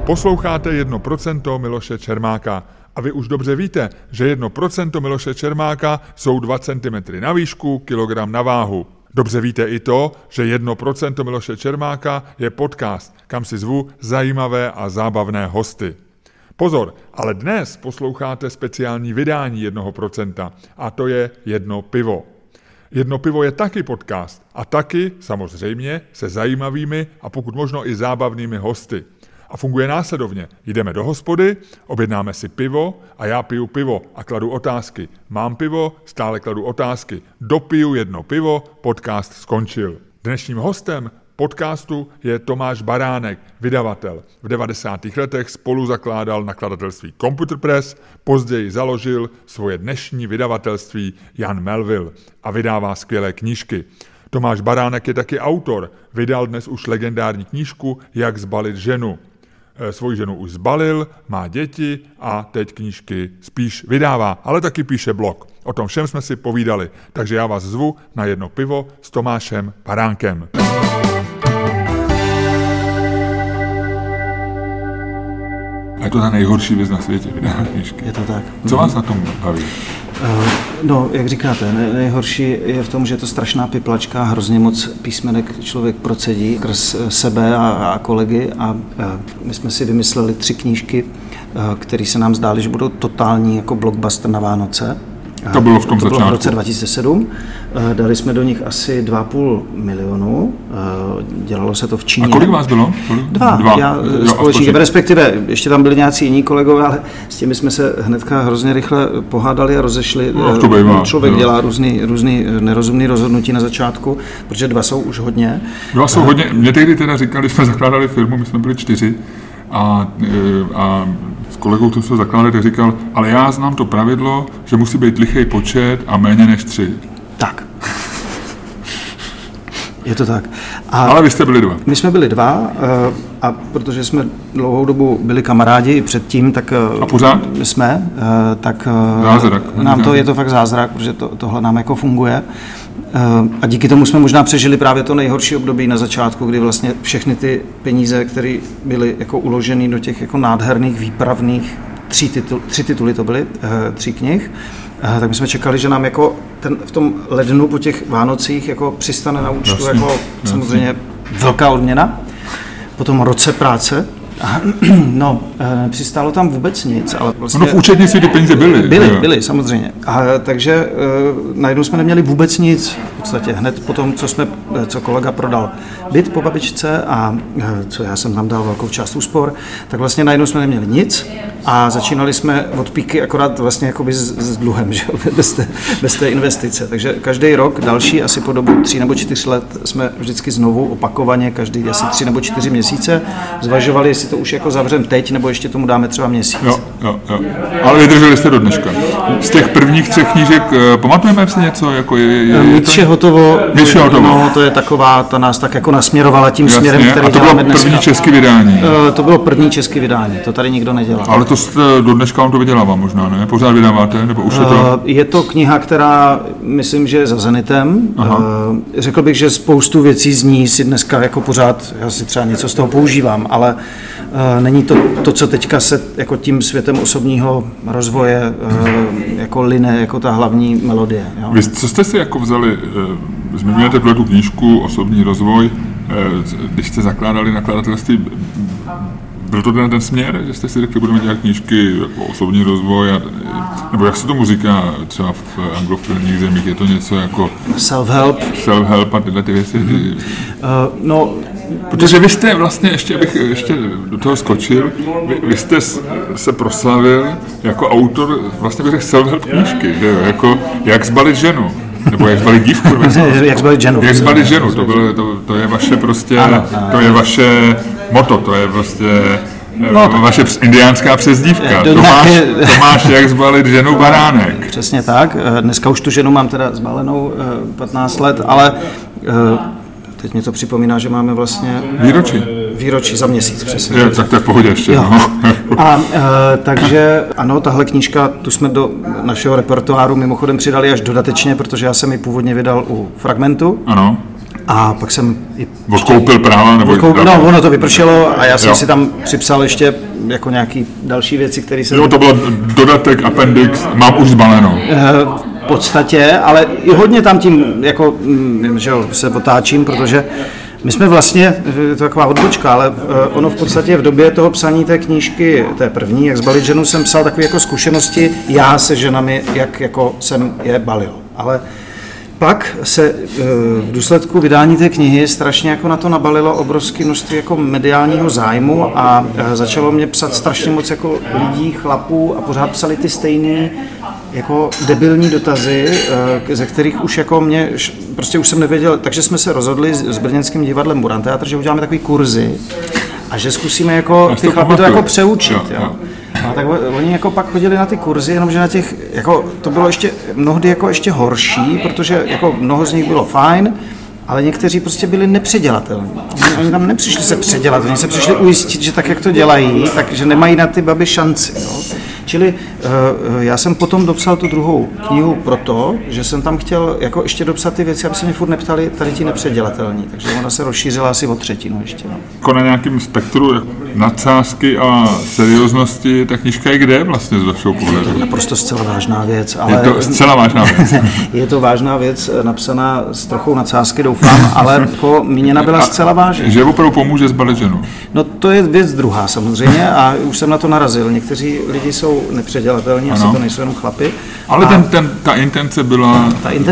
Posloucháte 1% Miloše Čermáka. A vy už dobře víte, že 1% Miloše Čermáka jsou 2 cm na výšku, kilogram na váhu. Dobře víte i to, že 1% Miloše Čermáka je podcast, kam si zvu zajímavé a zábavné hosty. Pozor, ale dnes posloucháte speciální vydání 1%, a to je Jedno pivo. Jedno pivo je taky podcast a taky, samozřejmě, se zajímavými a pokud možno i zábavnými hosty. A funguje následovně. Jdeme do hospody, objednáme si pivo a já piju pivo a kladu otázky. Mám pivo, stále kladu otázky. Dopiju jedno pivo, podcast skončil. Dnešním hostem podcastu je Tomáš Baránek, vydavatel. V 90. letech spolu zakládal nakladatelství Computer Press, později založil svoje dnešní vydavatelství Jan Melville a vydává skvělé knížky. Tomáš Baránek je taky autor, vydal dnes už legendární knížku Jak zbalit ženu. Svoji ženu už zbalil, má děti a teď knížky spíš vydává, ale taky píše blog. O tom všem jsme si povídali, takže já vás zvu na Jedno pivo s Tomášem Baránkem. A je to ta nejhorší věc na světě, vydávat knížky. Je to tak. Co vás na tom baví? No, jak říkáte, nejhorší je v tom, že je to strašná piplačka, hrozně moc písmenek člověk procedí skrz sebe a kolegy a my jsme si vymysleli 3 knížky, které se nám zdály, že budou totální jako blockbuster na Vánoce. To bylo v tom začátku. To bylo v roce 2007. Dali jsme do nich asi 2,5 milionu. Dělalo se to v Číně. A kolik vás bylo? Dva. Já společníky, respektive ještě tam byli nějací jiní kolegové, ale s těmi jsme se hnedka hrozně rychle pohádali a rozešli. Člověk dělá různý nerozumný rozhodnutí na začátku, protože 2 jsou už hodně. 2 jsou hodně. Mě tehdy teda říkali, že jsme zakládali firmu, my jsme byli 4 a s kolegou, co jsme zakládali, tak říkal, ale já znám to pravidlo, že musí být lichý počet a méně než 3. Tak. Je to tak. Ale vy jste byli 2. My jsme byli 2 a protože jsme dlouhou dobu byli kamarádi i předtím, tak a pořád? Jsme, tak zázrak. Je to fakt zázrak, protože tohle nám jako funguje. A díky tomu jsme možná přežili právě to nejhorší období na začátku, kdy vlastně všechny ty peníze, které byly jako uloženy do těch jako nádherných, výpravných 3 tituly to byly, 3 knih, tak my jsme čekali, že nám jako v tom lednu po těch Vánocích jako přistane na účtu jako samozřejmě velká odměna. Po tom roce práce. No, přistálo tam vůbec nic, ale vlastně... v účetnictví ty peníze byly, samozřejmě. Takže najednou jsme neměli vůbec nic, v podstatě hned po tom, co kolega prodal byt po babičce a co já jsem tam dal velkou část úspor, tak vlastně najednou jsme neměli nic a začínali jsme od píky akorát vlastně jakoby s dluhem, že? Bez té investice. Takže každý rok, další asi po dobu 3 nebo 4 let jsme vždycky znovu opakovaně, každý asi 3 nebo 4 měsíce zvažovali, jestli to už jako zavřem teď, nebo ještě tomu dáme třeba měsíc. Jo. Ale vydrželi jste do dneška. Z těch prvních 3 knížek pamatujeme si něco? Jako Vše hotovo. No, to je taková, ta nás tak jako nasměrovala tím směrem, který děláme dneska. A to bylo první české vydání? To bylo první české vydání, to tady nikdo nedělal. Ale to do dneška on to vydělává možná, ne? Pořád vydáváte? Nebo už je to... Je to kniha, která myslím, že je za Zenitem. Řekl bych, že spoustu věcí z ní si dneska jako pořád, já si třeba něco z toho používám, ale není to, co teďka se jako tím světem osobního rozvoje jako line, jako ta hlavní melodie. Jo. Vy, co jste si jako vzali, zmiňujete tu knížku Osobní rozvoj, když jste zakládali nakladatelství, byl to ten směr, že jste si řekli, budeme dělat knížky jako osobní rozvoj, nebo jak se tomu říká třeba v anglofilních zemích, je to něco jako... Self-help a tyhle ty věci? Protože vy jste vlastně, abych ještě do toho skočil, vy jste se proslavil jako autor, vlastně bych řekl self-help knížky, že jo? Jako Jak zbalit ženu. Nebo jak zbalit dívku? Jak zbalit ženu. Jak zbalit ženu, to je vaše prostě, to je vaše motto, to je prostě vaše indiánská přezdívka. Tomáš, jak zbalit ženu Baránek. Přesně tak, dneska už tu ženu mám teda zbalenou 15 let, ale teď mi to připomíná, že máme vlastně... Výročí za měsíc, přesně. Tak to je v pohodě ještě. Takže ano, tahle knížka, tu jsme do našeho repertoáru mimochodem přidali až dodatečně, protože já jsem ji původně vydal u Fragmentu. Ano. A pak jsem... Odkoupil práva? Nebo no, ono to vypršelo a já jsem si tam připsal ještě jako nějaký další věci, které jsem... Jo, to bylo dodatek, appendix, mám už zbaleno. V podstatě, ale i hodně tam tím, jako, že se otáčím, protože my jsme vlastně, to je taková odbočka, ale ono v podstatě v době toho psaní té knížky, té první, jak zbalit ženu, jsem psal takové jako zkušenosti já se ženami, jak jako jsem je balil. Ale pak se v důsledku vydání té knihy strašně jako na to nabalilo obrovské množství jako mediálního zájmu a začalo mě psat strašně moc jako lidí, chlapů a pořád psali ty stejné jako debilní dotazy, ze kterých už jako mě, prostě už jsem nevěděl, takže jsme se rozhodli s brněnským divadlem Buran Teatr, že uděláme takový kurzy a že zkusíme jako ty chlapy to jako přeučit. Jo. No, tak oni jako pak chodili na ty kurzy, jenomže na těch, jako to bylo ještě mnohdy jako ještě horší, protože jako mnoho z nich bylo fajn, ale někteří prostě byli nepředělatelní. Oni tam nepřišli se předělat, oni se přišli ujistit, že tak, jak to dělají, takže nemají na ty baby šanci. Jo. Čili já jsem potom dopsal tu druhou knihu proto, že jsem tam chtěl jako ještě dopsat ty věci, aby se mě furt neptali tady ti nepředělatelní. Takže ona se rozšířila asi o třetinu ještě. No. Jako na nějakém spektru nadsázky a serióznosti, ta knížka je kde vlastně z vašeho pohledu? Je to naprosto zcela vážná věc. Ale... Je to zcela vážná věc. Je to vážná věc, napsaná s trochou nadsázky, doufám, ale jako míněna byla zcela vážně. Že opravdu pomůže zbalit ženu? No to je věc druhá samozřejmě a už jsem na to narazil. Někteří lidi jsou nepředělatelní, asi to nejsou jenom chlapy. Ale ta intence byla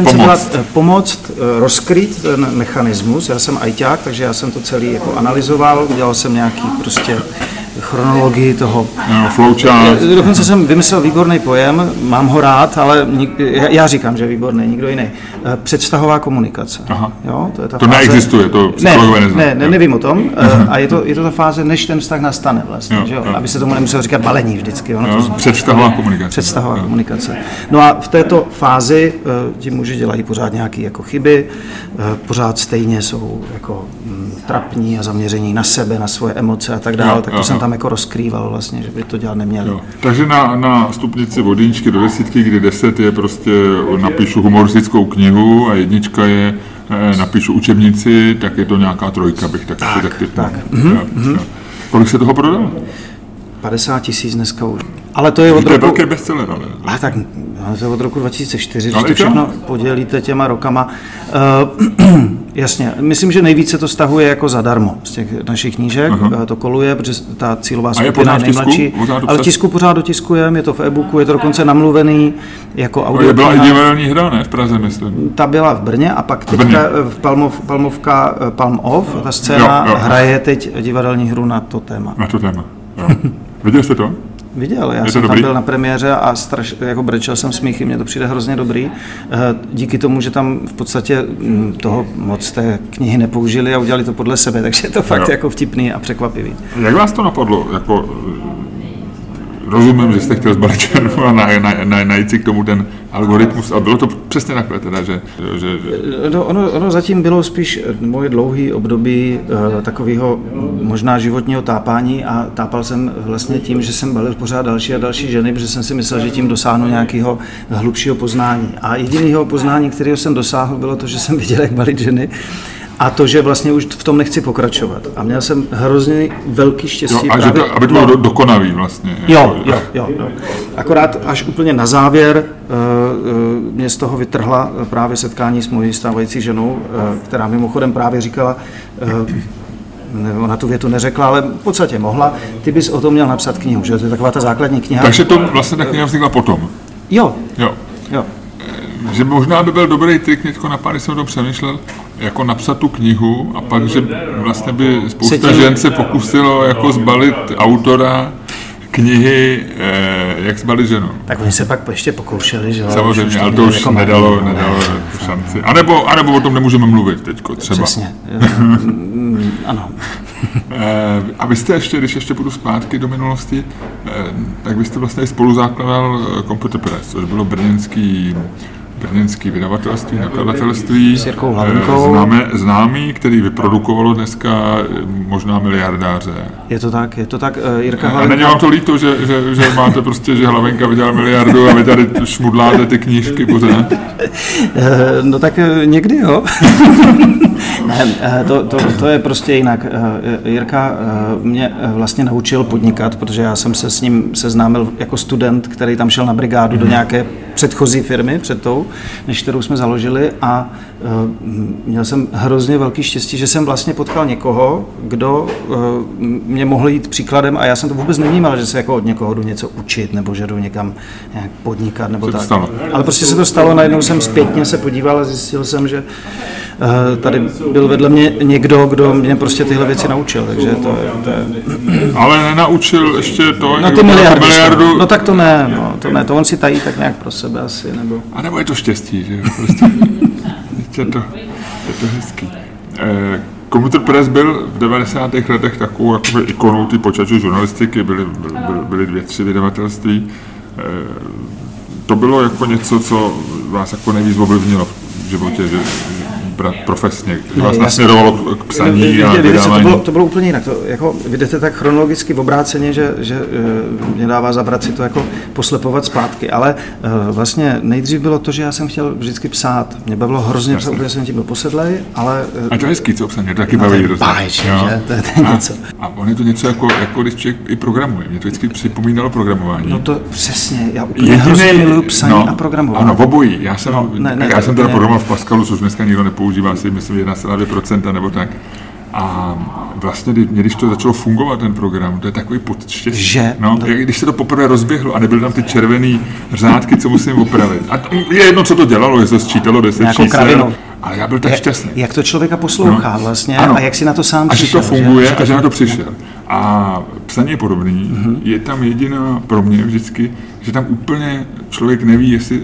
pomoct rozkrýt ten mechanismus. Já jsem ajťák, takže já jsem to celý jako analyzoval, udělal jsem nějaký prostě chronologii toho. Flowchart. Dokonce jsem vymyslel výborný pojem, mám ho rád, ale já říkám, že je výborný, nikdo jiný. Předvztahová komunikace. Aha. Jo, to je ta to fáze, neexistuje, to psychologové neznají. Nevím o tom. A je to ta fáze, než ten vztah nastane vlastně, že jo? Aby se tomu nemuselo říkat balení vždycky. Předvztahová komunikace. Předvztahová komunikace. No a v této fázi ti muži dělají pořád nějaké jako chyby, pořád stejně jsou jako trapní a zaměření na sebe, na svoje emoce a tak dále, tak to jsem tam jako rozkrýval vlastně, že by to dělat neměli. Jo. Takže na stupnici od 1 do 10, kdy 10 je prostě napíšu humoristickou knihu a 1 je napíšu učebnici, tak je to nějaká 3, bych tak typnul. Kolik se toho prodalo? 50 000 dneska už. Ale to je od roku... To je velký bestseller, ale... A tak, to je od roku 2004, když to všechno podělíte těma rokama. Jasně, myslím, že nejvíce to stahuje jako zadarmo z těch našich knížek. To koluje, protože ta cílová skupina je nejmladší. Ale v tisku pořád dotiskujeme, je to v e-booku, je to dokonce namluvený jako audio. Byla i divadelní hra, ne? V Praze, myslím. Ta byla v Brně a pak teďka v Palmovka Palm Off, ta scéna hraje teď divadelní hru na to téma. Na to téma, jo. Viděl jste to? Viděl, já jsem tam byl na premiéře a jako brečel jsem smíchy, mně to přijde hrozně dobrý. Díky tomu, že tam v podstatě toho moc té knihy nepoužili a udělali to podle sebe, takže je to fakt jako vtipný a překvapivý. Jak vás to napadlo? Jako, rozumím, že jste chtěl zbalit ženu a najít si k tomu ten algoritmus, a bylo to přesně takhle teda, že... Ono zatím bylo spíš moje dlouhé období takového možná životního tápání a tápal jsem vlastně tím, že jsem balil pořád další a další ženy, protože jsem si myslel, že tím dosáhnu nějakého hlubšího poznání. A jediného poznání, kterého jsem dosáhl, bylo to, že jsem viděl, jak balit ženy. A to, že vlastně už v tom nechci pokračovat. A měl jsem hrozně velký štěstí. A právě, aby to bylo dokonavý vlastně. Jo. Akorát až úplně na závěr mě z toho vytrhla právě setkání s mojí stávající ženou, která mimochodem právě říkala, ona tu větu neřekla, ale v podstatě mohla, ty bys o tom měl napsat knihu, že to je taková ta základní kniha. Takže to vlastně ta kniha vznikla potom. Jo. Že možná by byl dobrý trik, něčko napadl, když jsem o tom přemýšlel, jako napsat tu knihu a pak, že vlastně by spousta žen se pokusilo jako zbalit autora knihy, jak zbalit ženu. Tak oni se pak ještě pokoušeli, že jo? Samozřejmě, ale to už nedalo šanci. A nebo o tom nemůžeme mluvit teďko třeba. Přesně, ano. A vy jste ještě, když ještě půjdu zpátky do minulosti, tak vy jste vlastně spolu zakládal Computer Press, což bylo brněnský brněnský vydavatelství, nakladatelství, s Jirkou Hlavinkou. Známý, který vyprodukovalo dneska možná miliardáře. Je to tak, Jirka Hlavinka. A není vám to líto, že máte prostě, že Hlavinka vydělal miliardu a vy tady šmudláte ty knížky pořád? No tak někdy, jo. Ne, to je prostě jinak. Jirka mě vlastně naučil podnikat, protože já jsem se s ním seznámil jako student, který tam šel na brigádu do nějaké předchozí firmy, před tou, než kterou jsme založili, a měl jsem hrozně velký štěstí, že jsem vlastně potkal někoho, kdo mě mohl jít příkladem, a já jsem to vůbec nevnímal, že se jako od někoho jdu něco učit, nebo že jdu někam nějak podnikat, nebo tak. Ale prostě se to stalo, najednou jsem zpětně se podíval a zjistil jsem, že tady byl vedle mě někdo, kdo mě prostě tyhle věci naučil, takže to je... Ale nenaučil ještě to... No ty miliardu. No tak to ne, to on si tají tak nějak pro sebe asi, nebo... A nebo je to štěstí, že prostě je to hezký. Computer Press byl v 90. letech takovou jako ikonou ty počítačové žurnalistiky, byly 2-3 vydavatelství. To bylo jako něco, co vás jako nejvíc ovlivnilo v životě, že profesně, že vás nasměrovalo k psaní a vydávání. To bylo úplně jinak. To, jako, vidíte tak chronologicky v obráceně, že mě dává zabrat si to jako poslepovat zpátky, ale vlastně nejdřív bylo to, že já jsem chtěl vždycky psát. Mě bavilo hrozně psát, úplně jsem tím byl posedlej, ale... A to je hezký, co psaní, to taky baví hrozně. Báječně, že? To je něco. A on je to něco jako když člověk i programuje. Mě to vždycky připomínalo programování. No to přesně, já úplně hrozně miluji psaní a programování. Ano, obojí. Já jsem teda programoval v Pascalu, což dneska nikdo nepoužívá, si myslím 1,2% nebo tak. A vlastně, když to začalo fungovat, ten program, to je takový pocit štěstí. Že? No, když se to poprvé rozběhlo a nebyly tam ty červený řádky, co musím opravit. A je jedno, co to dělalo, jestli to sčítalo 10 čísel. Ale já byl tak šťastný. Jak to člověka poslouchá vlastně, ano. A jak si na to sám přišel. A že to funguje a že na to přišel. A psaní je podobný. Je tam jediná pro mě vždycky, že tam úplně člověk neví, jestli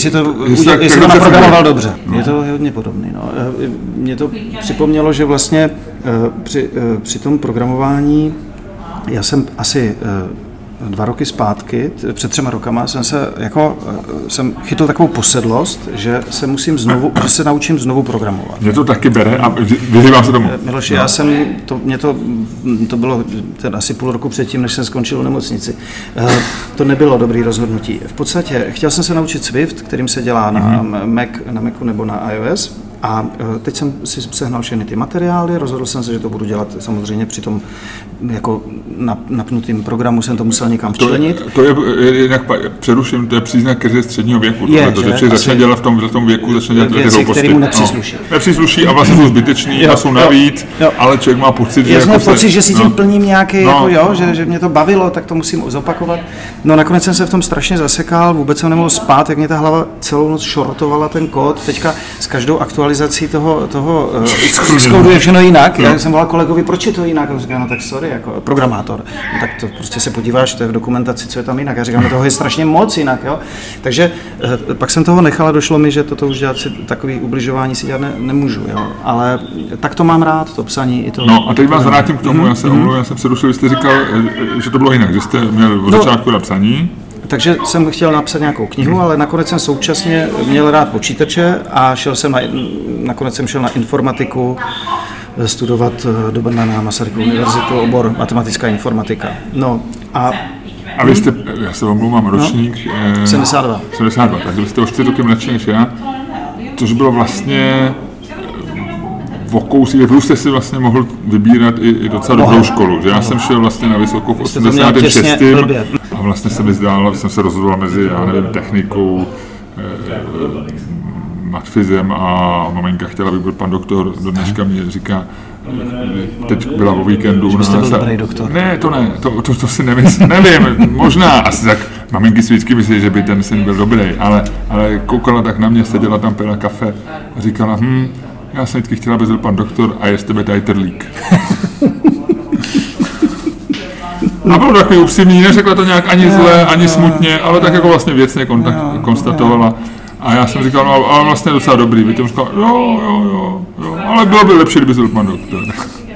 to naprogramoval dobře. No. Je to hodně podobný. No. Mě to připomnělo, že vlastně při tom programování já jsem asi 2 roky zpátky, před 3 rokama, jsem chytl takovou posedlost, že se naučím znovu programovat. Mě to taky bere a vyhýbám se tomu. Miloši, to bylo asi půl roku předtím, než jsem skončil v nemocnici. To nebylo dobrý rozhodnutí. V podstatě chtěl jsem se naučit Swift, kterým se dělá na Macu nebo na iOS. A teď jsem si sehnal všechny ty materiály, rozhodl jsem se, že to budu dělat samozřejmě při tom jako napnutým programu, jsem to musel někam včlenit. To je jinak přeruším, to je příznak krize středního věku. Protože člověk začne dělat v tom věku, začne dělat věci, hlouposti. Které mu nepřísluší. Nepřísluší a vlastně jsou zbytečný a jsou navíc, ale člověk má pocit, že... pocit, že si tím plním nějaký, že mě to bavilo, tak to musím zopakovat. No nakonec jsem se v tom strašně zasekal, vůbec jsem nemohl spát, jak mě ta hlava celou noc šorotovala ten kód. Teďka s každou aktualizací toho skóduje všechno jinak. Já jsem volal kolegovi, proč je to jinak? A říkal, no tak sorry, jako programátor. No, tak to prostě se podíváš, to je v dokumentaci, co je tam jinak. Já říkám, toho je strašně moc jinak, jo. Takže pak jsem toho nechal a došlo mi, že toto už dělat si takový ubližování si dělat nemůžu, jo. Ale tak to mám rád, to psaní i to. No a teď vás vrátím k tomu, já jsem přerušil, jste říkal, že to bylo jinak, že jste měl od začátku na psaní. Takže jsem chtěl napsat nějakou knihu, ale nakonec jsem současně měl rád počítače a nakonec jsem šel na informatiku studovat do Brna na Masarykovu univerzitu, obor matematická informatika. No a vy jste, já se omlouvám, ročník... 72. 72, takže vy jste o 4 roky mladší než já, což bylo vlastně v kousík, vy jste si vlastně mohl vybírat i docela dobrou školu, že já jsem šel vlastně na vysokou v 86. A vlastně se mi zdálo, jsem se rozhodoval mezi, technikou, matfizem a maminka chtěla, aby byl pan doktor, do dneška mě říká, teď byla o víkendu u nás. Jste byl dobrý doktor. Ne, to si nemyslím, nevím, možná, asi tak maminky si vždycky myslí, že by ten syn byl dobrý, ale koukala tak na mě, seděla tam, pila kafe a říkala, já jsem vždycky chtěla, aby byl pan doktor a je z tebe tady trlík. A bylo takový upřímný, neřekla to nějak ani zle, ani smutně, ale tak jako vlastně věcně konstatovala. A já jsem říkal, ale vlastně docela dobrý, vy tomu říkal, jo, ale bylo by lepší, kdyby byl pan doktor.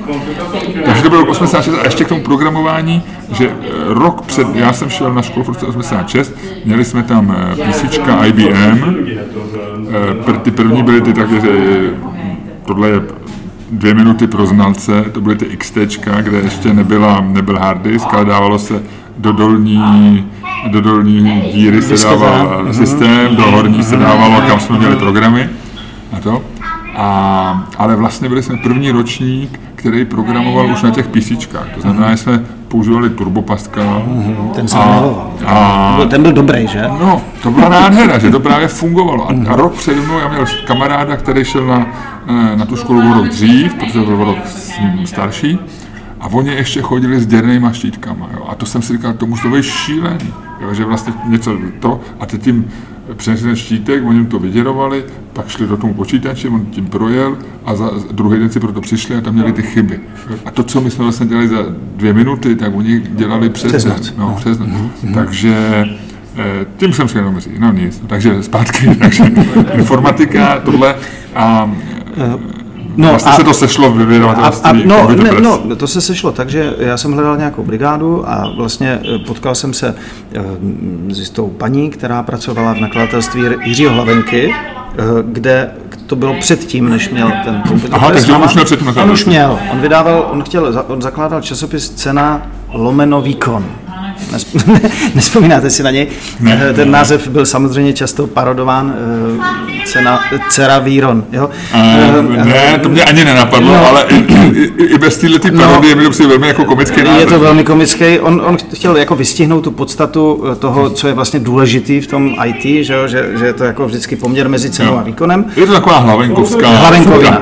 Takže to bylo rok 86 a ještě k tomu programování, že rok před, já jsem šel na školu v roce 86, měli jsme tam písnička IBM, ty první byly ty také, že tohle je 2 minuty pro znalce, to byly ty XTčka, kde ještě nebyl hard disk, ale dávalo se do dolní díry se dával systém, do horní se dávalo, kam jsme měli programy a to. Ale vlastně byli jsme první ročník, který programoval už na těch písničkách. To znamená, že jsme používali Turbo Pascal. Ten se jmenoval. Ten byl dobrý, že? No, to byla nádhera, že to právě fungovalo. A rok přede mnou já měl kamaráda, který šel na tu školu o rok dřív, protože byl o rok starší. A oni ještě chodili s děrnejma štítkama. Jo? A to jsem si říkal, to musí být šílený. Jo? Že vlastně něco to, a teď tím přinesli ten štítek, oni to vyděrovali, pak šli do tomu počítače, on tím projel a za druhý den si proto přišli a tam měli ty chyby. A to, co my jsme vlastně dělali za 2 minuty, tak oni dělali přes noc. Takže tím jsem si jenom říct, no nic. Takže zpátky, takže informatika, tohle a vlastně se to sešlo ve vydavatelství. To se sešlo tak, že já jsem hledal nějakou brigádu a vlastně potkal jsem se s jistou paní, která pracovala v nakladatelství Jiřího Hlavenky, kde to bylo předtím, než měl ten komputer. Aha, takže on už měl předtím nakladatelství. On zakládal časopis Cena / Výkon. Nespomínáte si na něj? Ne. Ten název byl samozřejmě často parodován, Dcera Víron. Jo? Ne, to mě ani nenapadlo, ale i bez této parodie mi to přijde velmi jako komický název. Je to velmi komický. On chtěl jako vystihnout tu podstatu toho, co je vlastně důležitý v tom IT, že je to jako vždycky poměr mezi cenou a výkonem. Je to taková hlavenkovská. Hlavenkovina.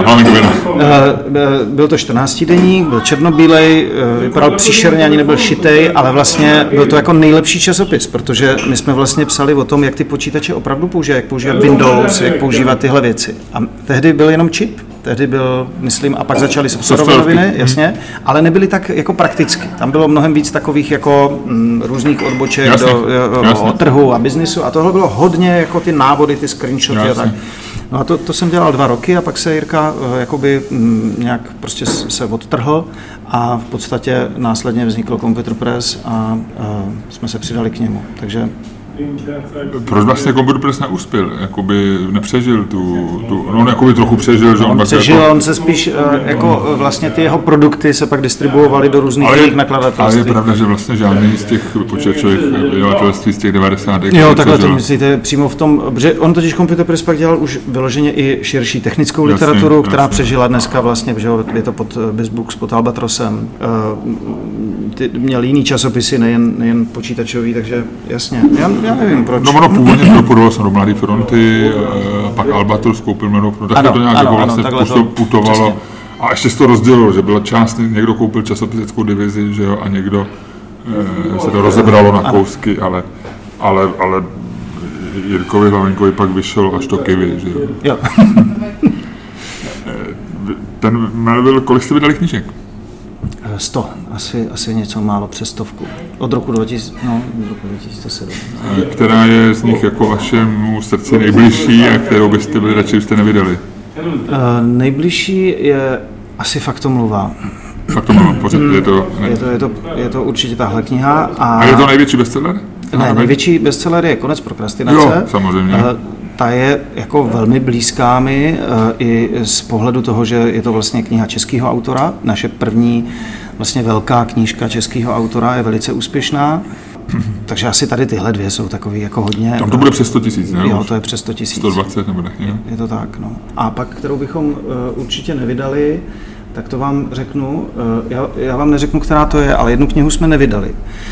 Byl to 14denník, byl černobílej, vypadal příšerně, ani nebyl šitej, ale vlastně byl to jako nejlepší časopis, protože my jsme vlastně psali o tom, jak ty počítače opravdu používají, jak používat Windows, jak používat tyhle věci. A tehdy byl jenom čip, tehdy byl, myslím, a pak začaly softwarové noviny, jasně, ale nebyly tak jako prakticky. Tam bylo mnohem víc takových jako různých odboček o trhu a biznisu a tohle bylo hodně jako ty návody, ty screenshoty a tak. No a to jsem dělal 2 roky a pak se Jirka jakoby nějak prostě se odtrhl a v podstatě následně vznikl Computer Press a jsme se přidali k němu, takže... Proč vlastně Computer Press neuspěl? Jakoby nepřežil on jakoby trochu přežil, že on přežil, on se spíš jako vlastně ty jeho produkty se pak distribuovaly do různých jiných nakladatelství. Ale je pravda, že vlastně žádný z těch počítačových vydavatelství z těch 90. Jo, takhle to myslíte přímo v tom, že on totiž Computer Press pak dělal už vyloženě i širší technickou literaturu, která přežila dneska vlastně, že je to pod BizBooks, pod Albatrosem. Měl jiný časopisy, nejen počítačový, takže jasně. Já nevím proč. No ono původně doporučoval jsem do Mladé fronty, pak Albatros koupil Mladou frontu, tak to nějak vlastně putovalo. Přesně. A ještě se to rozdělilo, že byla část, někdo koupil časopiseckou divizi, že jo, a někdo se to rozebralo na kousky, ale Jirkovi Hlavenkovi pak vyšel až to Kiwi, že jo. Ten Melville, kolik jste vydali knížek? 100, asi něco málo přes 100. Od roku 2007. Která je z nich jako vašemu srdci nejbližší a kterou byste byli radši, byste nevydali? Nejbližší je asi Faktomluva. Faktomluva, pořád je to určitě tahle kniha. A je to největší bestseller? Ne, největší bestseller je Konec prokrastinace. Jo, samozřejmě. Ta je jako velmi blízká mi i z pohledu toho, že je to vlastně kniha českého autora. Naše první vlastně velká knížka českého autora je velice úspěšná. Takže asi tady tyhle 2 jsou takový jako hodně... Tam to bude přes 100 000, ne? Jo, to je přes 100 000. 120 nebo ne? Je to tak, no. A pak, kterou bychom určitě nevydali, tak to vám řeknu. Já vám neřeknu, která to je, ale jednu knihu jsme nevydali.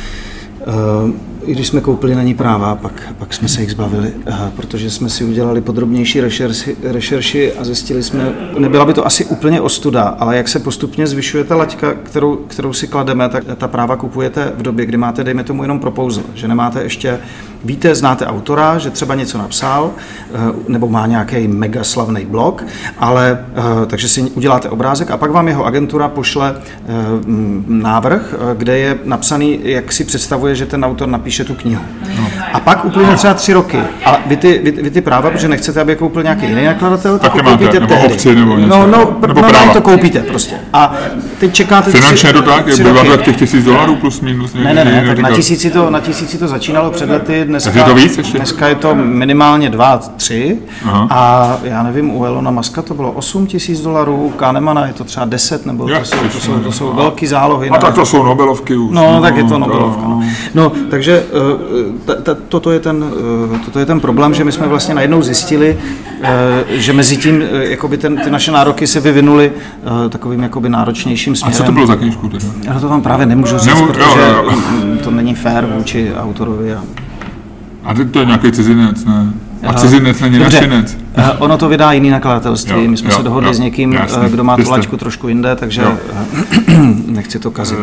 I když jsme koupili na ní práva, pak jsme se jich zbavili, protože jsme si udělali podrobnější rešerši a zjistili jsme, nebyla by to asi úplně ostuda, ale jak se postupně zvyšuje ta laťka, kterou si klademe, tak ta práva kupujete v době, kdy máte, dejme tomu, jenom proposal, že nemáte ještě, znáte autora, že třeba něco napsal, nebo má nějaký mega slavný blog, ale takže si uděláte obrázek a pak vám jeho agentura pošle návrh, kde je napsaný, jak si představuje, že ten autor napíše napíše tu knihu. A pak uplyne třeba 3 roky. A vy ty práva, protože nechcete, aby koupil nějaký jiný nakladatel, tak koupíte nebo tehdy. obci, nebo něco. No, to koupíte prostě. A teď čekáte... Finančně to tak? Bylo to jak těch $1000 plus minus? Ne, tak na tisíci to začínalo před lety, dneska je to minimálně 2-3 a já nevím, u Elona Muska to bylo $8,000, u Kahnemana je to třeba 10, nebo to jsou velký zálohy. A tak to jsou Nobelovky už. No, tak je to Nobelovka. No, takže toto je ten problém, že my jsme vlastně najednou zjistili, že mezi tím jakoby ty naše nároky se vyvinuly takovým jakoby náročnějším směrem. A co to bylo za knížku teda? Já to vám právě nemůžu říct, protože to není fér vůči autorovi. A teď to je nějaký cizinec, ne? A cizinec není našinec. Ono to vydá jiný nakladatelství. My jsme se dohodli s někým, kdo má tu laťku trošku jinde, takže nechci to kazit.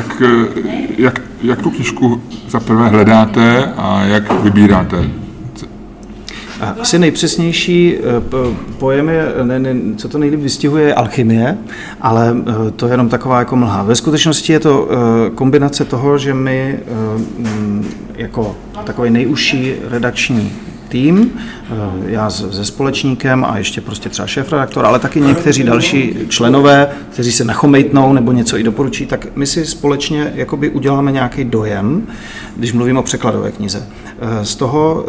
Jak tu knížku zaprvé hledáte a jak vybíráte? Asi nejpřesnější pojem je, co to nejlíp vystihuje, je alchymie, ale to je jenom taková jako mlha. Ve skutečnosti je to kombinace toho, že my jako takový nejužší redakční tým, já se společníkem a ještě prostě třeba šéfredaktor, ale taky někteří další členové, kteří se nachomejtnou nebo něco i doporučí, tak my si společně jakoby uděláme nějaký dojem, když mluvím o překladové knize, z toho,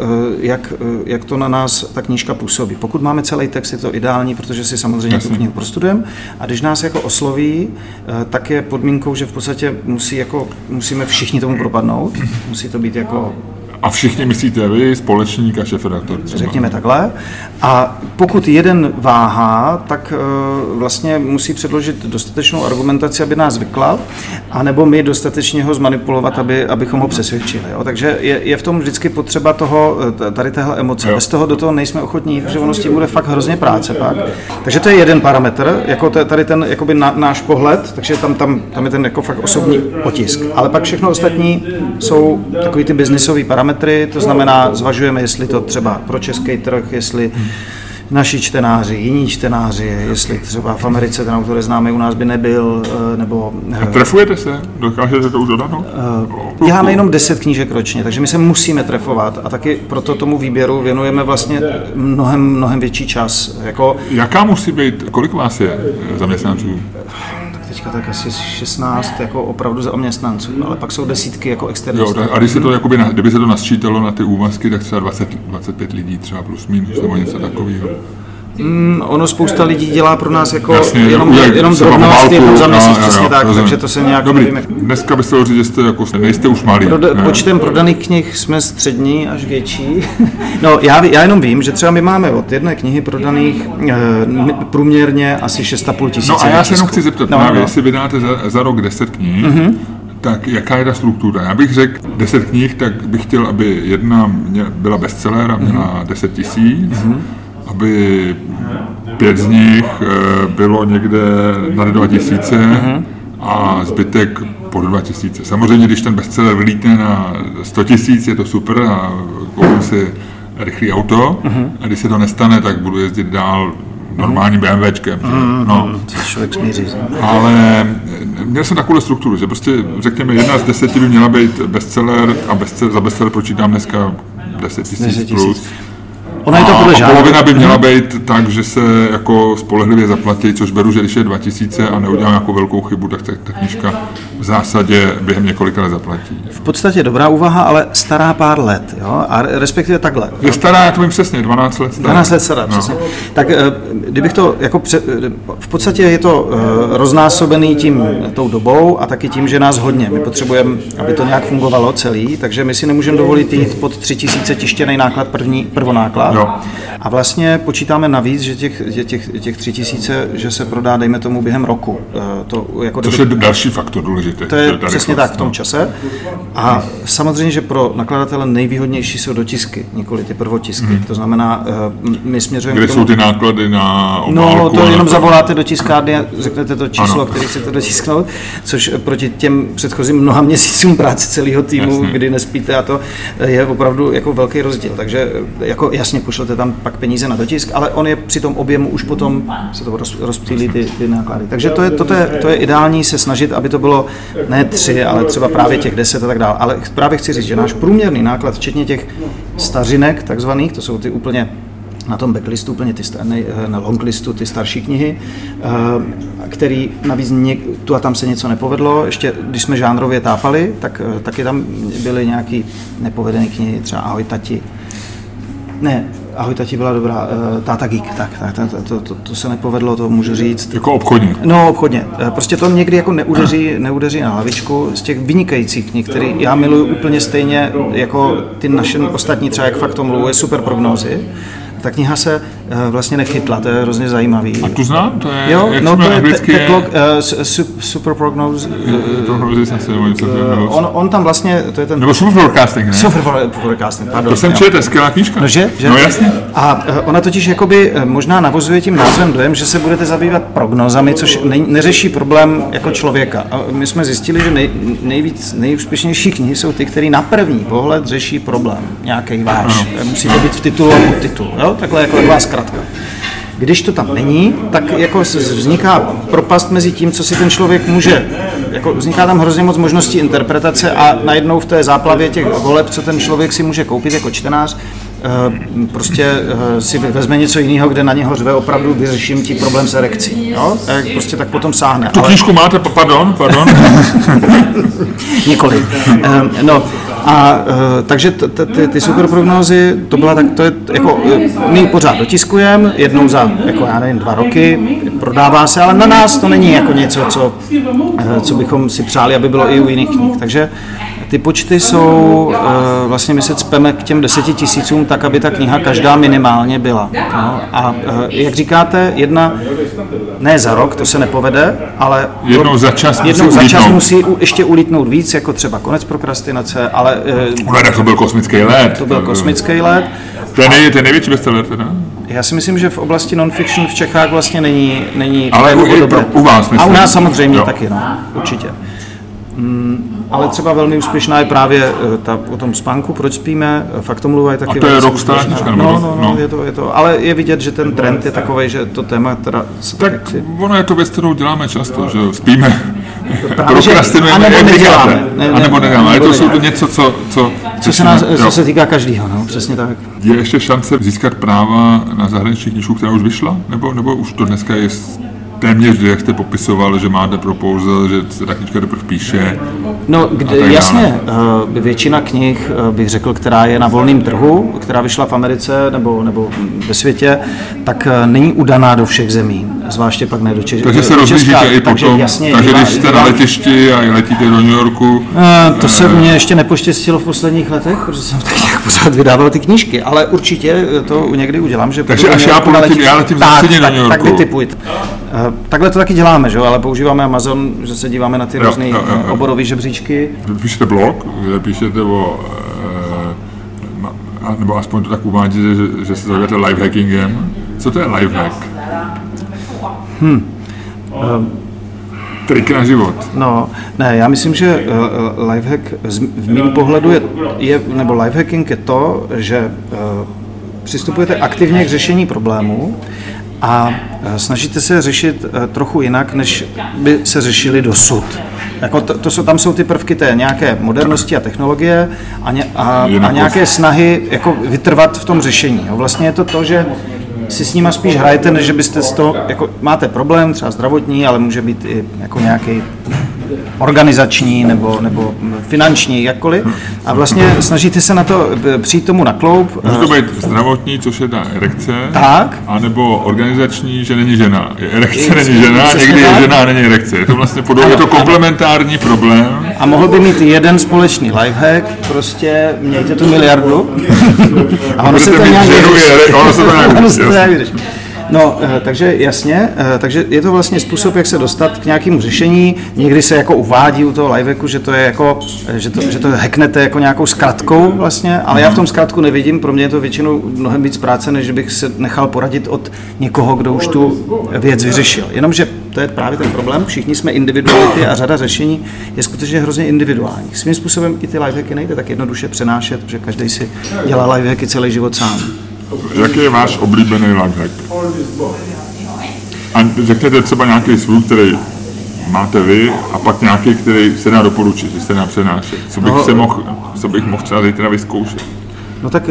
jak to na nás ta knížka působí. Pokud máme celý text, je to ideální, protože si samozřejmě tu knihu prostudujeme, a když nás jako osloví, tak je podmínkou, že v podstatě musíme všichni tomu propadnout, musí to být jako... A všichni myslíte vy, společník a šéfredaktor? Řekněme takhle. A pokud jeden váhá, tak vlastně musí předložit dostatečnou argumentaci, aby nás vyklal, anebo my dostatečně ho zmanipulovat, abychom ho přesvědčili. Jo? Takže je v tom vždycky potřeba tady téhle emoce. Jo. Bez toho do toho nejsme ochotní, protože ono s tím bude fakt hrozně práce pak. Takže to je jeden parametr, jako tady ten jakoby náš pohled, takže tam je ten jako fakt osobní otisk. Ale pak všechno ostatní jsou takový ty biznisový parametry. To znamená, zvažujeme, jestli to třeba pro český trh, jestli naši čtenáři, jiní čtenáři, jestli třeba v Americe ten autor je známý, u nás by nebyl, nebo... A trefujete se? Dokážete to už dodat? Děláme jenom 10 knížek ročně, takže my se musíme trefovat a taky proto tomu výběru věnujeme vlastně mnohem větší čas. Jaká musí být, kolik vás je zaměstnanců? Teďka tak asi 16 jako opravdu zaměstnanců, ale pak jsou desítky jako externistů. A když se to, kdyby se to nasčítalo na ty úvazky, tak třeba 25 lidí třeba plus minus nebo něco takového. Ono spousta lidí dělá pro nás jako jenom drobnost jednou za měsíc, přesně tak, takže to se nějak nevím. Dneska byste ho říct, že jste nejste už malí. Počtem prodaných knih jsme střední až větší. No, já jenom vím, že třeba my máme od jedné knihy prodaných průměrně asi 6,5 tisíce. No a já se jenom chci zeptat, jestli vydáte za rok 10 knih, tak jaká je ta struktura? Já bych řekl 10 knih, tak bych chtěl, aby jedna byla bestseller a měla 10 000, aby 5 z nich bylo někde na 2000 a zbytek pod 2000. Samozřejmě, když ten bestseller vylítne na 100 000, je to super a koupím si rychlý auto a když se to nestane, tak budu jezdit dál normálním BMWčkem. Člověk smíří. Ale měl jsem takovou strukturu, že prostě řekněme 1 z 10 by měla být bestseller a za bestseller počítám dneska 10 000 plus. A polovina by měla být tak, že se jako spolehlivě zaplatí, což beru, že když je 2000 a neudělám nějakou velkou chybu, tak ta knížka v zásadě během několika let zaplatí. V podstatě dobrá úvaha, ale stará pár let, jo? A respektive takhle. Je stará, já to vím přesně, 12 let stará. 12 let stará, přesně. Tak kdybych to jako v podstatě je to roznásobený tou dobou a taky tím, že nás hodně. My potřebujeme, aby to nějak fungovalo celý, takže my si nemůžeme dovolit jít pod 3000 tištěný náklad, prvonáklad. Jo. A vlastně počítáme navíc, že těch 3000, že se prodá, dejme tomu, během roku. Což je další faktor důležitý. To je přesně tak v tom čase. A samozřejmě, že pro nakladatele nejvýhodnější jsou dotisky, nikoli ty prvotisky. To znamená, my směřujeme Kde jsou ty náklady na obálku? No, to jenom zavoláte do tiskárny a řeknete to číslo, který chcete dotisknout, což proti těm předchozím mnoha měsícům práce celého týmu, kdy nespíte, a to je opravdu jako velký rozdíl. Takže jako jasně pošlete tam pak fakt peníze na dotisk, ale on je při tom objemu už potom se to rozptýlí ty náklady. Takže to je ideální se snažit, aby to bylo ne 3, ale třeba právě těch 10 a tak dále. Ale právě chci říct, že náš průměrný náklad, včetně těch stařinek takzvaných, to jsou ty úplně na tom backlistu, úplně na longlistu ty starší knihy, který navíc tu a tam se něco nepovedlo. Ještě když jsme žánrově tápali, tak taky tam byly nějaký nepovedené knihy, třeba Ahoj tati. Ne, Ahoj tati byla dobrá, Táta Geek, tak to se nepovedlo, to můžu říct. Jako obchodně? No, obchodně. Prostě to někdy jako neudeří na hlavičku z těch vynikajících knih, které já miluju úplně stejně jako ty naše ostatní, třeba jak Fakt o mluvu, Super prognózy. Ta kniha se vlastně nechytla, to je hrozně zajímavý. A tu znám? To je, jo, jak no to je anglicky Super Prognose. On tam vlastně, to je ten... Nebo Super Forecasting, ne? Super Forecasting, pardon. To jsem četl, skvělá knížka. No, že? No jasně. A ona totiž jakoby možná navozuje tím názvem dojem, že se budete zabývat prognózami, což neřeší problém jako člověka. A my jsme zjistili, že nejúspěšnější knihy jsou ty, které na první pohled řeší problém, nějaký váš. Musí to být v titulu a podtitulu, jo? Takhle jako taková zkratka. Když to tam není, tak jako vzniká propast mezi tím, co si ten člověk může, jako vzniká tam hrozně moc možností interpretace a najednou v té záplavě těch voleb, co ten člověk si může koupit jako čtenář, prostě si vezme něco jiného, kde na něho řve opravdu vyřeším ti problém s erekcí. Jo? Prostě tak potom sáhne. Tu knížku máte, pardon. Několik. Takže ty super prognózy, to je jako, my ji pořád dotiskujeme, jednou za, jako já nevím, 2 roky, prodává se, ale na nás to není jako něco, co bychom si přáli, aby bylo i u jiných knih. Takže ty počty jsou, vlastně my se cpeme k těm 10 000, tak aby ta kniha každá minimálně byla. No? A jak říkáte, jedna, ne za rok, to se nepovede, ale jednou za čas musí ještě ulítnout víc, jako třeba Konec prokrastinace, ale... To byl kosmický let. To byl kosmický let. To je největší bestseller teda? Já si myslím, že v oblasti non-fiction v Čechách vlastně není ale u vás, myslím. A u nás samozřejmě taky, no, určitě. Ale třeba velmi úspěšná je právě o tom spánku, proč spíme, Fakt o mluvu je taky. A to je rockstar knížka? No, je to, ale je vidět, že ten trend je takovej, že to téma teda... Tak ono je to věc, kterou děláme často, že spíme, prokrastinujeme, anebo neděláme, ale to jsou to něco, co se týká každého, no, přesně tak. Je ještě šance získat práva na zahraniční knížku, která už vyšla, nebo už to dneska je téměř, jak jste popisoval, že máte proposal, že se ta knížka teprve píše? No, jasně, většina knih, bych řekl, která je na volném trhu, která vyšla v Americe nebo ve světě, tak není udaná do všech zemí, zvláště pak ne do Česka. Takže se rozlížíte i potom, takže když jste na letišti a letíte do New Yorku? To se mě ještě nepoštěstilo v posledních letech, protože jsem tak nějak pořád vydával ty knížky, ale určitě to někdy udělám, že... Takže až já letím zase do New Yorku. Tak vytipujte. Takhle to taky děláme, že? Ale používáme Amazon, že se díváme na ty různé oborové žebříčky. Píšete blog, kde píšete nebo aspoň to tak uvádíte, že se zabýváte lifehackingem. Co to je lifehack? Trik na život. No, ne, já myslím, že lifehack v mém pohledu nebo lifehacking je to, že přistupujete aktivně k řešení problému a snažíte se řešit trochu jinak, než by se řešili dosud. Jako tam jsou ty prvky té nějaké modernosti a technologie a nějaké snahy jako vytrvat v tom řešení. Vlastně je to, že si s nima spíš hrajete, než že byste z toho, jako máte problém, třeba zdravotní, ale může být i jako nějaký organizační nebo finanční, jakkoliv. A vlastně snažíte se na to přijít tomu na kloup. Může to být zdravotní, což je ta erekce, tak. Anebo organizační, že není žena. Erekce není žena, někdy je žena a není erekce. Je to vlastně podobně to komplementární problém. A mohl by mít jeden společný lifehack, prostě mějte tu miliardu. A ono se to nějak vyřeší. No, takže jasně, takže je to vlastně způsob, jak se dostat k nějakému řešení. Někdy se jako uvádí u toho lifehacku, že to je jako, že to hacknete jako nějakou zkratkou vlastně, ale já v tom zkratku nevidím, pro mě je to většinou mnohem víc práce, než bych se nechal poradit od někoho, kdo už tu věc vyřešil. Jenomže to je právě ten problém, všichni jsme individuality a řada řešení je skutečně hrozně individuální. Svým způsobem i ty lifehacky nejde tak jednoduše přenášet, protože každý si dělá lifehacky celý život sám. Jaký je váš oblíbený lifehack? A řekněte třeba nějaký svůj, který máte vy, a pak nějaký, který se dá doporučit, že se dá přenášet. Co bych mohl třeba zítra vyzkoušet? No tak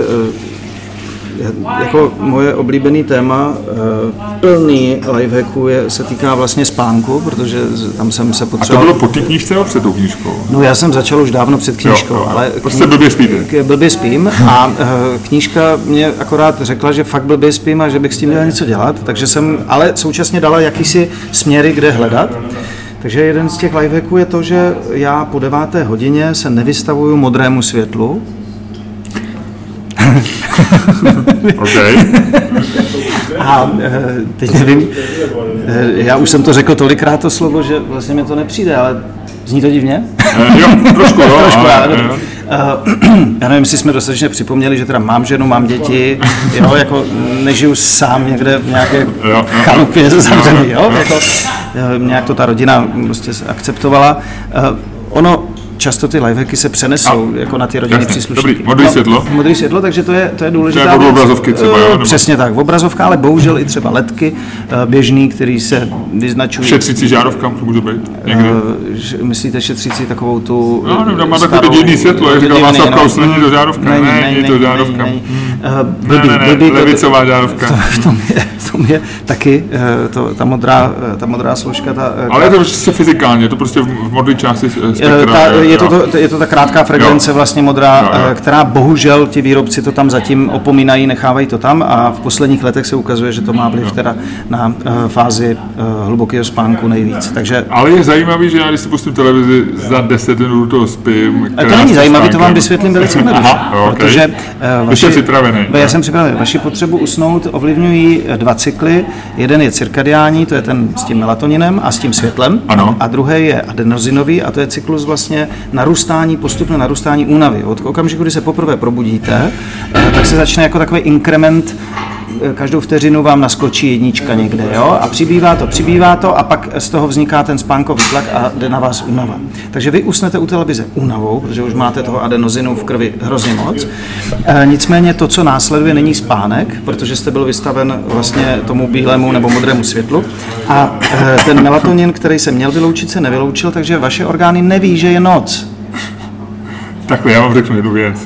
jako moje oblíbený téma plný lifehacků se týká vlastně spánku, protože tam jsem se potřeboval... A to bylo po té knížce nebo před tou knížkou? No já jsem začal už dávno před knížkou, ale... Prostě blbě spíte? Blbě spím a knížka mě akorát řekla, že fakt blbě spím a že bych s tím měl něco dělat, takže jsem ale současně dala jakýsi směry, kde hledat. Takže jeden z těch lifehacků je to, že já po 9. hodině se nevystavuju modrému světlu. Okay. A teď nevím, já už jsem to řekl tolikrát to slovo, že vlastně mi to nepřijde, ale zní to divně? Jo, trošku, já nevím, jestli jsme dostatečně připomněli, že teda mám ženu, mám děti, jo, jako nežiju sám někde v nějaké chalupě zavřený, jo, jako nějak to ta rodina prostě akceptovala. Ono často ty lifehacky se přenesou jako na ty rodinné příslušníky. Dobrý, modrý světlo. Modrý světlo, takže to je důležitá věc. Obrazovky třeba, jo? Přesně tak, obrazovka, ale bohužel i třeba ledky běžný, který se vyznačují. Šetřící žárovka to může být někde? Myslíte šetřící takovou tu... No, má takový dějný světlo, jak říkal Václav Klaus, není to žárovka. Není to žárovka. Blbý, levicová žárovka. V tom je taky ta modrá složka. Ale je to čistě fyzikálně, je to prostě v modré části spektra. Je to ta krátká frekvence vlastně modrá, která bohužel ti výrobci to tam zatím opomínají, nechávají to tam a v posledních letech se ukazuje, že to má vliv teda na fázi hlubokého spánku nejvíc. Takže... Ale je zajímavý, že já když si pustím televizi, za 10 minut toho spím. To není zajímavý, to vám vysvětlím velice jednoduše. Protože já jsem připraven. Vaši potřebu usnout ovlivňují 2 cykly. Jeden je cirkadiální, to je ten s tím melatoninem a s tím světlem. Ano. A druhý je adenozinový a to je cyklus vlastně postupné narůstání únavy. Od okamžiku, kdy se poprvé probudíte, tak se začne jako takový inkrement, každou vteřinu vám naskočí 1 někde, jo? A přibývá to a pak z toho vzniká ten spánkový tlak a jde na vás únava. Takže vy usnete u televize únavou, protože už máte toho adenozinu v krvi hrozně moc. Nicméně to, co následuje, není spánek, protože jste byl vystaven vlastně tomu bílému nebo modrému světlu a ten melatonin, který se měl vyloučit, se nevyloučil, takže vaše orgány neví, že je noc. Takhle, já vám řeknu jednu věc.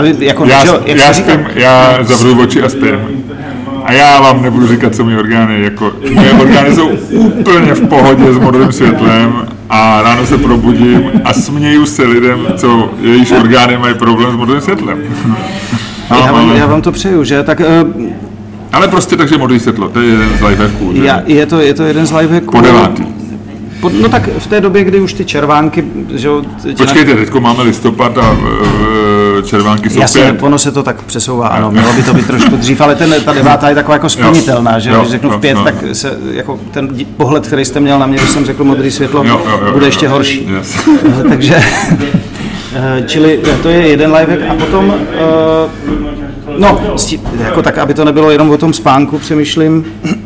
Já zavřu oči a spím. A já vám nebudu říkat, co moje orgány jsou úplně v pohodě s modrým světlem a ráno se probudím a směju se lidem, co jejichž orgány mají problém s modrým světlem. Já vám to přeju, že? Tak, ale prostě takže modré světlo, to je jeden z lifehacků. Je to jeden z lifehacků. Po 9. No tak v té době, kdy už ty červánky... Že, Počkejte, teďko máme listopad a červánky jsou jasně, 5. Ono se to tak přesouvá, ano, mělo by to být trošku dřív, ale ta 9. je taková jako splnitelná, že když řeknu v 5, tak se jako ten pohled, který jste měl na mě, když jsem řekl modré světlo, bude ještě horší. Yes. Takže, čili to je jeden lifehack a potom... jako tak, aby to nebylo jenom o tom spánku, přemýšlím...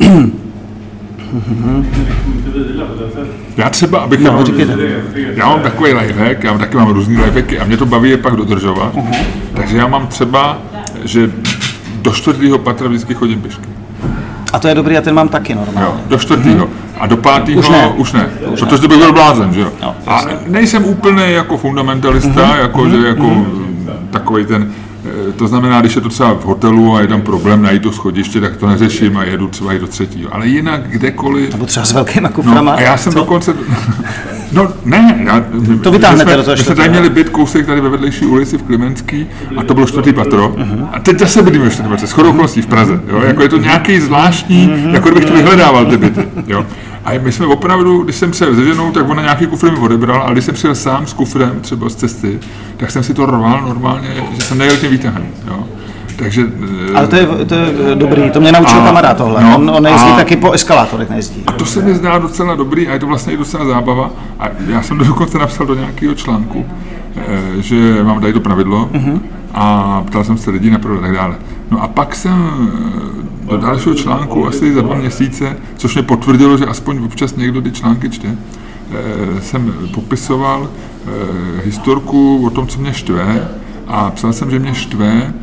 Já třeba, já mám takový lifehack, já taky mám různý lifehacky a mě to baví je pak dodržovat, takže já mám třeba, že do 4. patra vždycky chodím pěšky. A to je dobrý, a ten mám taky normálně. Jo, do 4. A do 5. už ne, protože bych byl blázen, že jo. A nejsem úplně jako fundamentalista, takovej ten, to znamená, když je to třeba v hotelu a je tam problém najít to schodiště, tak to neřeším a jedu třeba i do 3. Ale jinak kdekoliv... Nebo třeba s velkýma kuframa. A já jsem dokonce... No ne, to vytáhnete do toho 4. My jsme tady měli byt kousek tady ve vedlejší ulici v Klimenský a to bylo 4. patro. A teď zase bydlíme v 4. patře, shodou okolností v Praze. Jo? Jako je to nějaký zvláštní, jako kdybych to vyhledával ty byty. Jo? A my jsme opravdu, když jsem se se ženou, tak ona nějaký kufr mi odebral, ale když jsem přijel sám s kufrem třeba z cesty, tak jsem si to rval normálně, že jsem nejel tím výtahem. Jo? Takže, ale to je dobrý, to mě naučil kamarád tohle, on nejezdí taky po eskalátorech, nejezdí. A to se mi zdá docela dobrý a je to vlastně i docela zábava a já jsem dokonce napsal do nějakého článku, že mám tady to pravidlo a ptal jsem se lidí na prodat a tak dále. No a pak jsem do dalšího článku asi za 2 měsíce, což mě potvrdilo, že aspoň občas někdo ty články čte, jsem popisoval historku o tom, co mě štve a psal jsem, že mě štve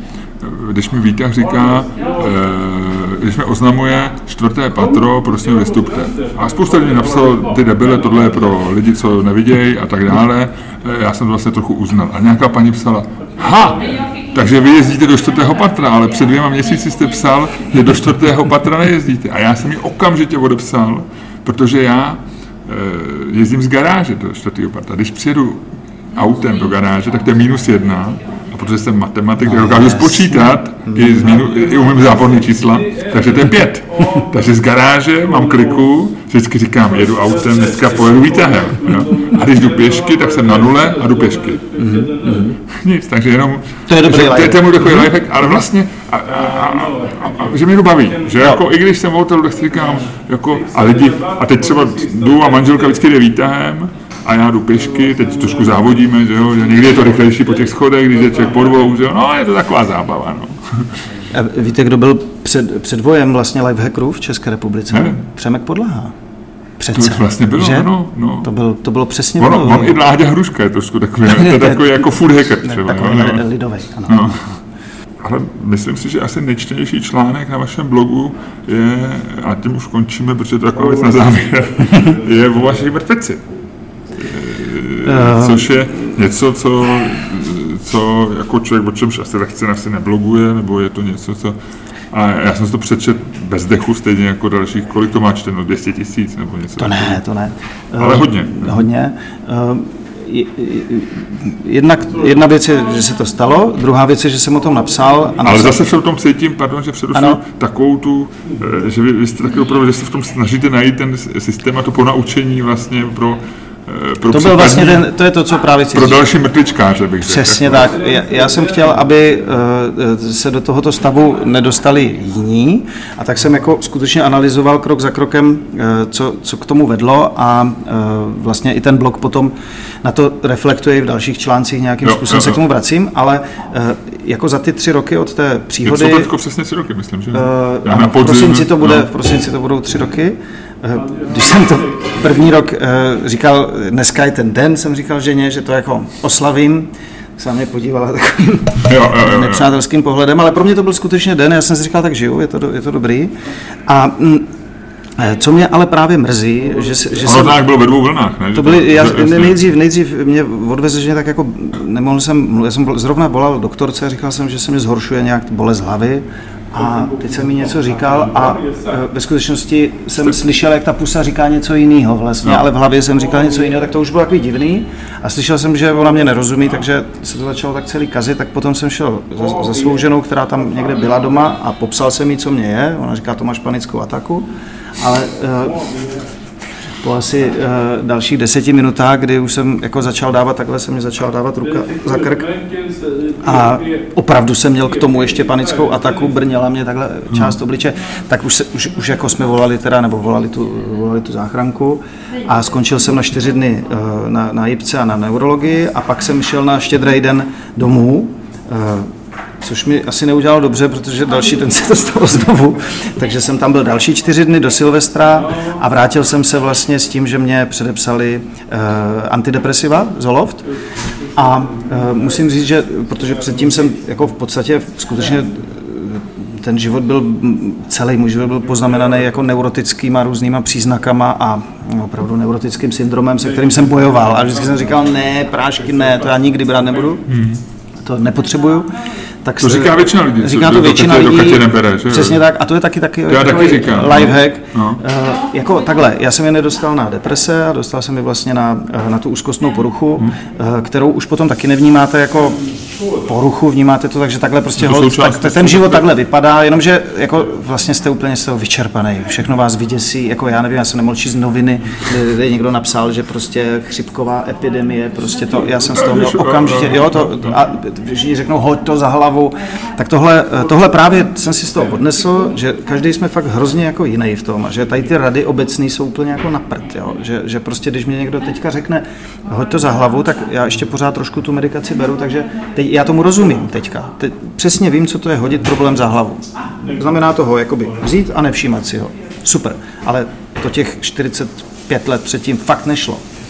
když mi výtah říká, když mi oznamuje 4. patro, prosím vystupte. A spousta lidí napsalo, ty debile, tohle je pro lidi, co nevidějí a tak dále. Já jsem to vlastně trochu uznal. A nějaká paní psala, takže vy jezdíte do 4. patra, ale před 2 měsíci jste psal, že do 4. patra nejezdíte. A já jsem ji okamžitě odepsal, protože já jezdím z garáže do 4. patra. Když přijedu autem do garáže, tak to je -1. A protože jsem matematik, tak dokážu spočítat, i umím záporný čísla, takže to je 5. Takže z garáže mám kliku, vždycky říkám, jedu autem, dneska pojedu výtahem. Jo? A když jdu pěšky, tak jsem na 0 a jdu pěšky. Nic, takže jenom... To je dobrý lifehack. To je můj takový lifehack, ale vlastně, že mě to baví, že jako, i když jsem v hotelu, tak si říkám, jako, a teď třeba jdu a manželka vždycky jde výtahem, a já jdu pěšky, teď trošku závodíme, že jo, že někdy je to rychlejší po těch schodech, když je člověk po 2, že jo, no je to taková zábava, no. A víte, kdo byl předvojem vlastně lifehackerů v České republice? Ne. Přemek Podlaha. Přece. To vlastně bylo, že? No. To bylo přesně On i Láďa Hruška je trošku takový, to je takový jako food hacker třeba. Takový lidový, ano. No. Ale myslím si, že asi nejčtenější článek na vašem blogu je, a tím už končíme, protože to je taková věc na závěr, je o vaší mrtveci. Což je něco, co jako člověk, o čemž asi lehce nebloguje, nebo je to něco, co... A já jsem si to přečet bez dechu, stejně jako dalších, kolik to má čteno, 200 000 nebo něco? To ne. Ale hodně. Hodně. Jedna věc je, že se to stalo, druhá věc je, že jsem o tom napsal. Ale zase se v tom cítím, že především takovou tu, že vy jste taky opravdu, že se v tom snažíte najít ten systém a to ponaučení vlastně pro to byl vlastně to je to, co právě pro další mrtvičkáře bych řekl. Přesně tak. Já jsem chtěl, aby se do tohoto stavu nedostali jiní, a tak jsem jako skutečně analyzoval krok za krokem, co k tomu vedlo, a vlastně i ten blog potom na to reflektuje v dalších článcích, nějakým způsobem se k tomu vracím, ale jako za ty 3 roky od té příhody... Je to přesně 3 roky, myslím, že? V prosinci to budou 3 roky. Když jsem to první rok říkal, dneska je ten den, jsem říkal ženě, že to jako oslavím, se na mě podívala takovým nepřátelským pohledem, ale pro mě to byl skutečně den, já jsem si říkal, tak žiju, je to dobrý. A co mě ale právě mrzí, že jsem... Ale bylo ve 2 vlnách, ne? To byly, nejdřív mě odvezl, že tak jako nemohl jsem, já jsem zrovna volal doktorce a říkal jsem, že se mě zhoršuje nějak bolest hlavy. A teď jsem mi něco říkal a ve skutečnosti jsem slyšel, jak ta pusa říká něco jiného vlastně, ale v hlavě jsem říkal něco jiného, tak to už bylo takový divný a slyšel jsem, že ona mě nerozumí, takže se to začalo tak celý kazit, tak potom jsem šel za svou ženou, která tam někde byla doma, a popsal jsem jí, co mě je, ona říká, to máš panickou ataku, ale po asi dalších 10 minutách, kdy už jsem jako začal dávat, takhle se mi začala dávat ruka za krk a opravdu jsem měl k tomu ještě panickou ataku, brněla mě takhle část obliče, tak už jako jsme volali tu záchranku a skončil jsem na 4 dny na jipce a na neurologii, a pak jsem šel na Štědrý den domů, což mi asi neudělalo dobře, protože další den se to stalo znovu. Takže jsem tam byl další 4 dny do Silvestra a vrátil jsem se vlastně s tím, že mě předepsali antidepresiva, Zoloft. A musím říct, že protože předtím jsem jako v podstatě skutečně ten život byl, celý můj život byl poznamenaný jako neurotickýma různýma příznakama a opravdu neurotickým syndromem, se kterým jsem bojoval. A vždycky jsem říkal, ne, prášky ne, to já nikdy brát nebudu, to nepotřebuju. Tak to říká většina lidí. Říká to většina lidí, nebere, že? Přesně tak, a to je taky lifehack. No. Jako takhle, já jsem je nedostal na deprese a dostal jsem je vlastně na tu úzkostnou poruchu, kterou už potom taky nevnímáte jako poruchu, vnímáte to, takže takhle prostě ten život takhle vypadá, jenomže jako vlastně jste úplně z toho vyčerpaný, všechno vás vyděsí, jako já nevím, já jsem nemohl číst noviny, kde někdo napsal, že prostě chřipková epidemie, prostě to, já jsem z toho měl okamžitě, a všichni řeknou, hoď to za hlavu. Tak tohle právě jsem si z toho odnesl, že každý jsme fakt hrozně jako jiný v tom a že tady ty rady obecný jsou úplně jako na prd, jo? Že prostě když mě někdo teďka řekne, hoď to za hlavu, tak já ještě pořád trošku tu medikaci beru, takže já tomu rozumím teďka. Přesně vím, co to je hodit problém za hlavu. Znamená toho jakoby vzít a nevšímat si ho. Super, ale to těch 45 let předtím fakt nešlo.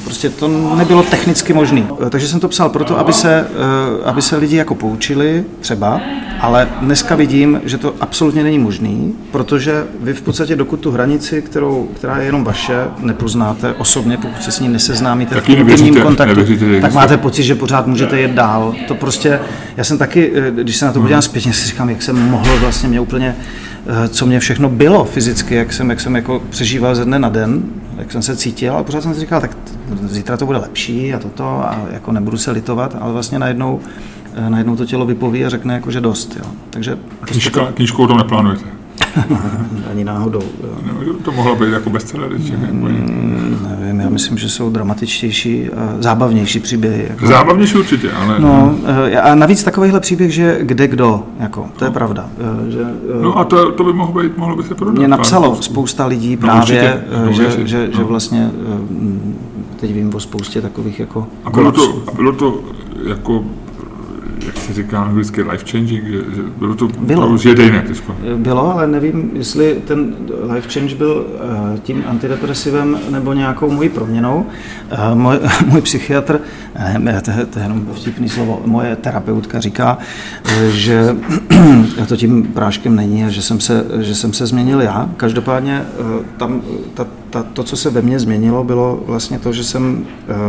Prostě to nebylo technicky možné. Takže jsem to psal proto, aby se lidi jako poučili třeba, ale dneska vidím, že to absolutně není možný, protože vy v podstatě dokud tu hranici, která je jenom vaše, nepoznáte osobně, pokud se s ní neseznámíte v intimním kontaktu, tak máte pocit, že pořád můžete jet dál. To prostě, já jsem taky, když se na to podívám zpětně, si říkám, jak jsem mohl vlastně mě úplně, co mě všechno bylo fyzicky, jak jsem jako přežíval ze dne na den, jak jsem se cítil, a pořád jsem si říkal, tak zítra to bude lepší a toto a jako nebudu se litovat, ale vlastně najednou to tělo vypoví a řekne jako, že dost. Jo. Takže knížku o tom neplánujete? Ani náhodou. Jo. To mohlo být jako bestseller. Nevím, já myslím, že jsou dramatičtější a zábavnější příběhy. Jako. Zábavnější určitě, ale... No, a navíc takovýhle příběh, že kde kdo, jako, to je pravda. Že, no a to by mohlo by se prodat. Mě napsalo spousta lidí právě, že vlastně, teď vím o spoustě takových jako... A bylo to jako... jak se říká anglicky life changing, že bylo to jedejné. Bylo, ale nevím, jestli ten life change byl tím antidepresivem nebo nějakou mojí proměnou. Můj psychiatr, to je jenom vtipný slovo, moje terapeutka říká, že to tím práškem není a že jsem se změnil já. Každopádně tam to, co se ve mně změnilo, bylo vlastně to, že jsem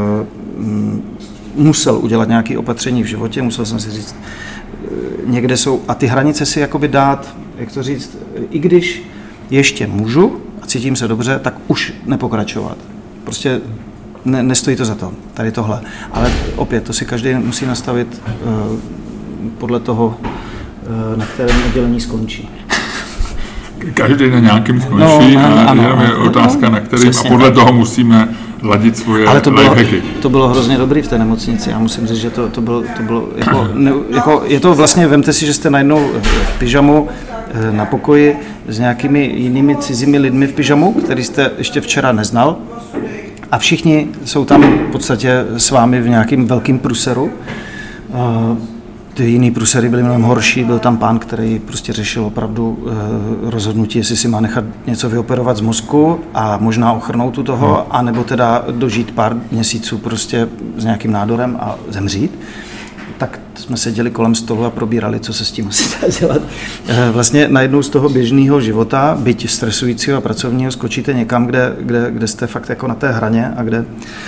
musel udělat nějaké opatření v životě, musel jsem si říct, někde jsou, a ty hranice si jakoby dát, jak to říct, i když ještě můžu a cítím se dobře, tak už nepokračovat. Prostě nestojí to za to, tady tohle. Ale opět, to si každý musí nastavit podle toho, na kterém oddělení skončí. Každý na nějakém skončí a jenom je otázka, na kterým, a podle toho musíme ladit svoje lifehacky. To bylo hrozně dobrý v té nemocnici. Já musím říct, že to bylo jako je to vlastně, vemte si, že jste najednou v pyžamu na pokoji s nějakými jinými cizími lidmi v pyžamu, který jste ještě včera neznal, a všichni jsou tam v podstatě s vámi v nějakým velkým pruseru. Ty jiný průsery byly mnohem horší, byl tam pán, který prostě řešil opravdu rozhodnutí, jestli si má nechat něco vyoperovat z mozku a možná ochrnout u toho, anebo teda dožít pár měsíců prostě s nějakým nádorem a zemřít. Tak jsme seděli kolem stolu a probírali, co se s tím asi dá dělat. Vlastně najednou z toho běžného života, byť stresujícího a pracovního, skočíte někam, kde jste fakt jako na té hraně a kde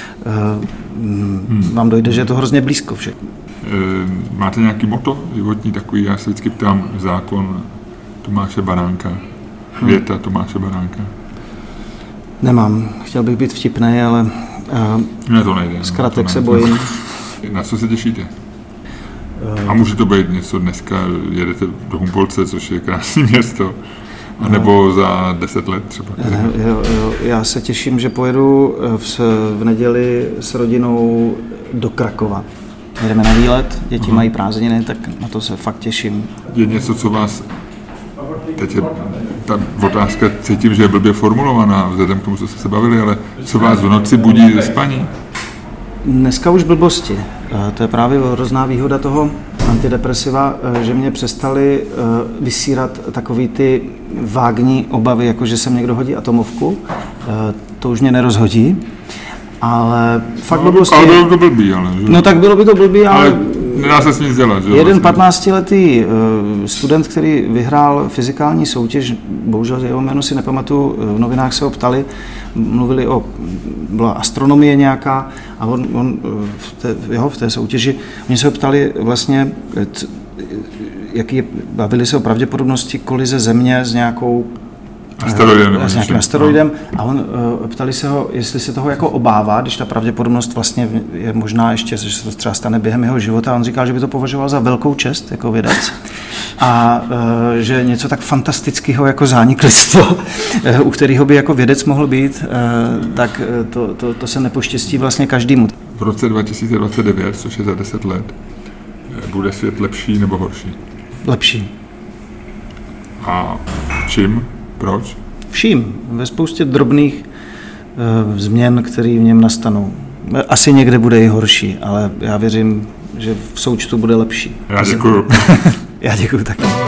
vám dojde, že je to hrozně blízko všechno. Máte nějaký motto životní takový? Já se vždycky ptám, zákon Tomáše Baránka, věta Tomáše Baránka. Nemám. Chtěl bych být vtipnej, ale ne, to nejde. zkratek se bojím. Na co se těšíte? A může to být něco dneska, jedete do Humpolce, což je krásné město, anebo za 10 let třeba? Jo, já se těším, že pojedu v neděli s rodinou do Krakova. Jedeme na výlet, děti mají prázdniny, tak na to se fakt těším. Je něco, co vás, teď je ta otázka, cítím, že je blbě formulovaná, vzhledem k tomu, co jste se bavili, ale co vás v noci budí ze spaní? Dneska už blbosti. To je právě hrozná výhoda toho antidepresiva, že mě přestali vysírat takový ty vágní obavy, jako že sem někdo hodí atomovku. To už mě nerozhodí. Ale fakt blbosti. Ale bylo by to blbý, ale. Že? No tak bylo by to blbý, ale nedá se s nic dělat. Že? Jeden 15letý student, který vyhrál fyzikální soutěž, bohužel jeho jméno si nepamatuju, v novinách se ho ptali, mluvili byla astronomie nějaká a on v té soutěži, oni se ho ptali vlastně, bavili se o pravděpodobnosti kolize Země s nějakým asteroidem a ptali se ho, jestli se toho jako obává, když ta pravděpodobnost vlastně je možná ještě, že se to třeba stane během jeho života. A on říkal, že by to považoval za velkou čest jako vědec a že něco tak fantastického jako zániklistvo, u kterého by jako vědec mohl být, tak to se nepoštěstí vlastně každému. V roce 2029, což je za 10 let, bude svět lepší nebo horší? Lepší. A čím? Proč? Vším. Ve spoustě drobných změn, které v něm nastanou. Asi někde bude i horší, ale já věřím, že v součtu bude lepší. Já děkuju. Já děkuju taky.